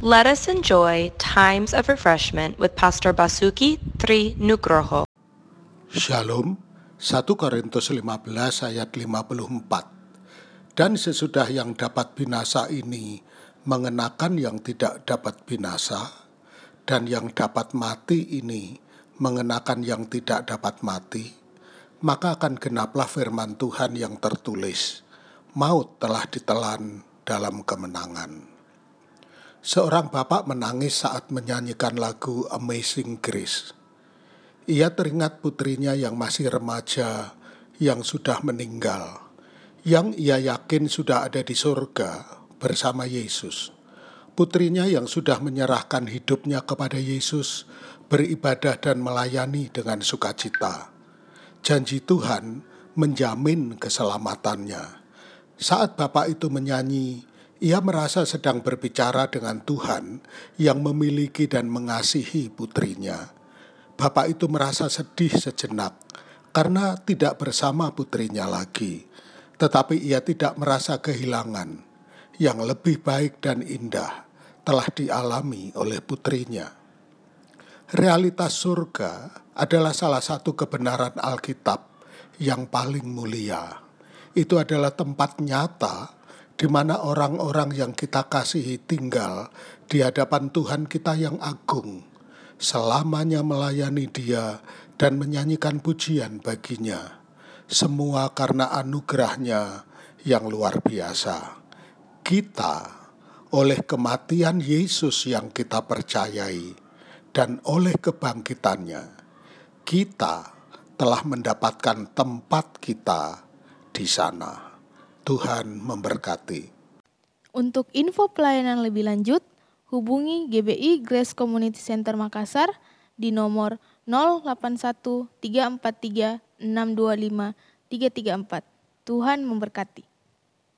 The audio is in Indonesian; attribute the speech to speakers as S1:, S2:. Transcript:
S1: Let us enjoy times of refreshment with Pastor Basuki Tri Nugroho.
S2: Shalom, 1 Korintus 15 ayat 54. Dan sesudah yang dapat binasa ini mengenakan yang tidak dapat binasa, dan yang dapat mati ini mengenakan yang tidak dapat mati, maka akan genaplah firman Tuhan yang tertulis, maut telah ditelan dalam kemenangan. Seorang bapak menangis saat menyanyikan lagu Amazing Grace. Ia teringat putrinya yang masih remaja, yang sudah meninggal, yang ia yakin sudah ada di surga bersama Yesus. Putrinya yang sudah menyerahkan hidupnya kepada Yesus, beribadah dan melayani dengan sukacita. Janji Tuhan menjamin keselamatannya. Saat bapak itu menyanyi, ia merasa sedang berbicara dengan Tuhan yang memiliki dan mengasihi putrinya. Bapak itu merasa sedih sejenak karena tidak bersama putrinya lagi, tetapi ia tidak merasa kehilangan. Yang lebih baik dan indah telah dialami oleh putrinya. Realitas surga adalah salah satu kebenaran Alkitab yang paling mulia. Itu adalah tempat nyata di mana orang-orang yang kita kasihi tinggal di hadapan Tuhan kita yang agung, selamanya melayani Dia dan menyanyikan pujian baginya. Semua karena anugerahnya yang luar biasa. Kita, oleh kematian Yesus yang kita percayai dan oleh kebangkitannya, kita telah mendapatkan tempat kita di sana. Tuhan memberkati.
S3: Untuk info pelayanan lebih lanjut, hubungi GBI Grace Community Center Makassar di nomor 081 343 625 334. Tuhan memberkati.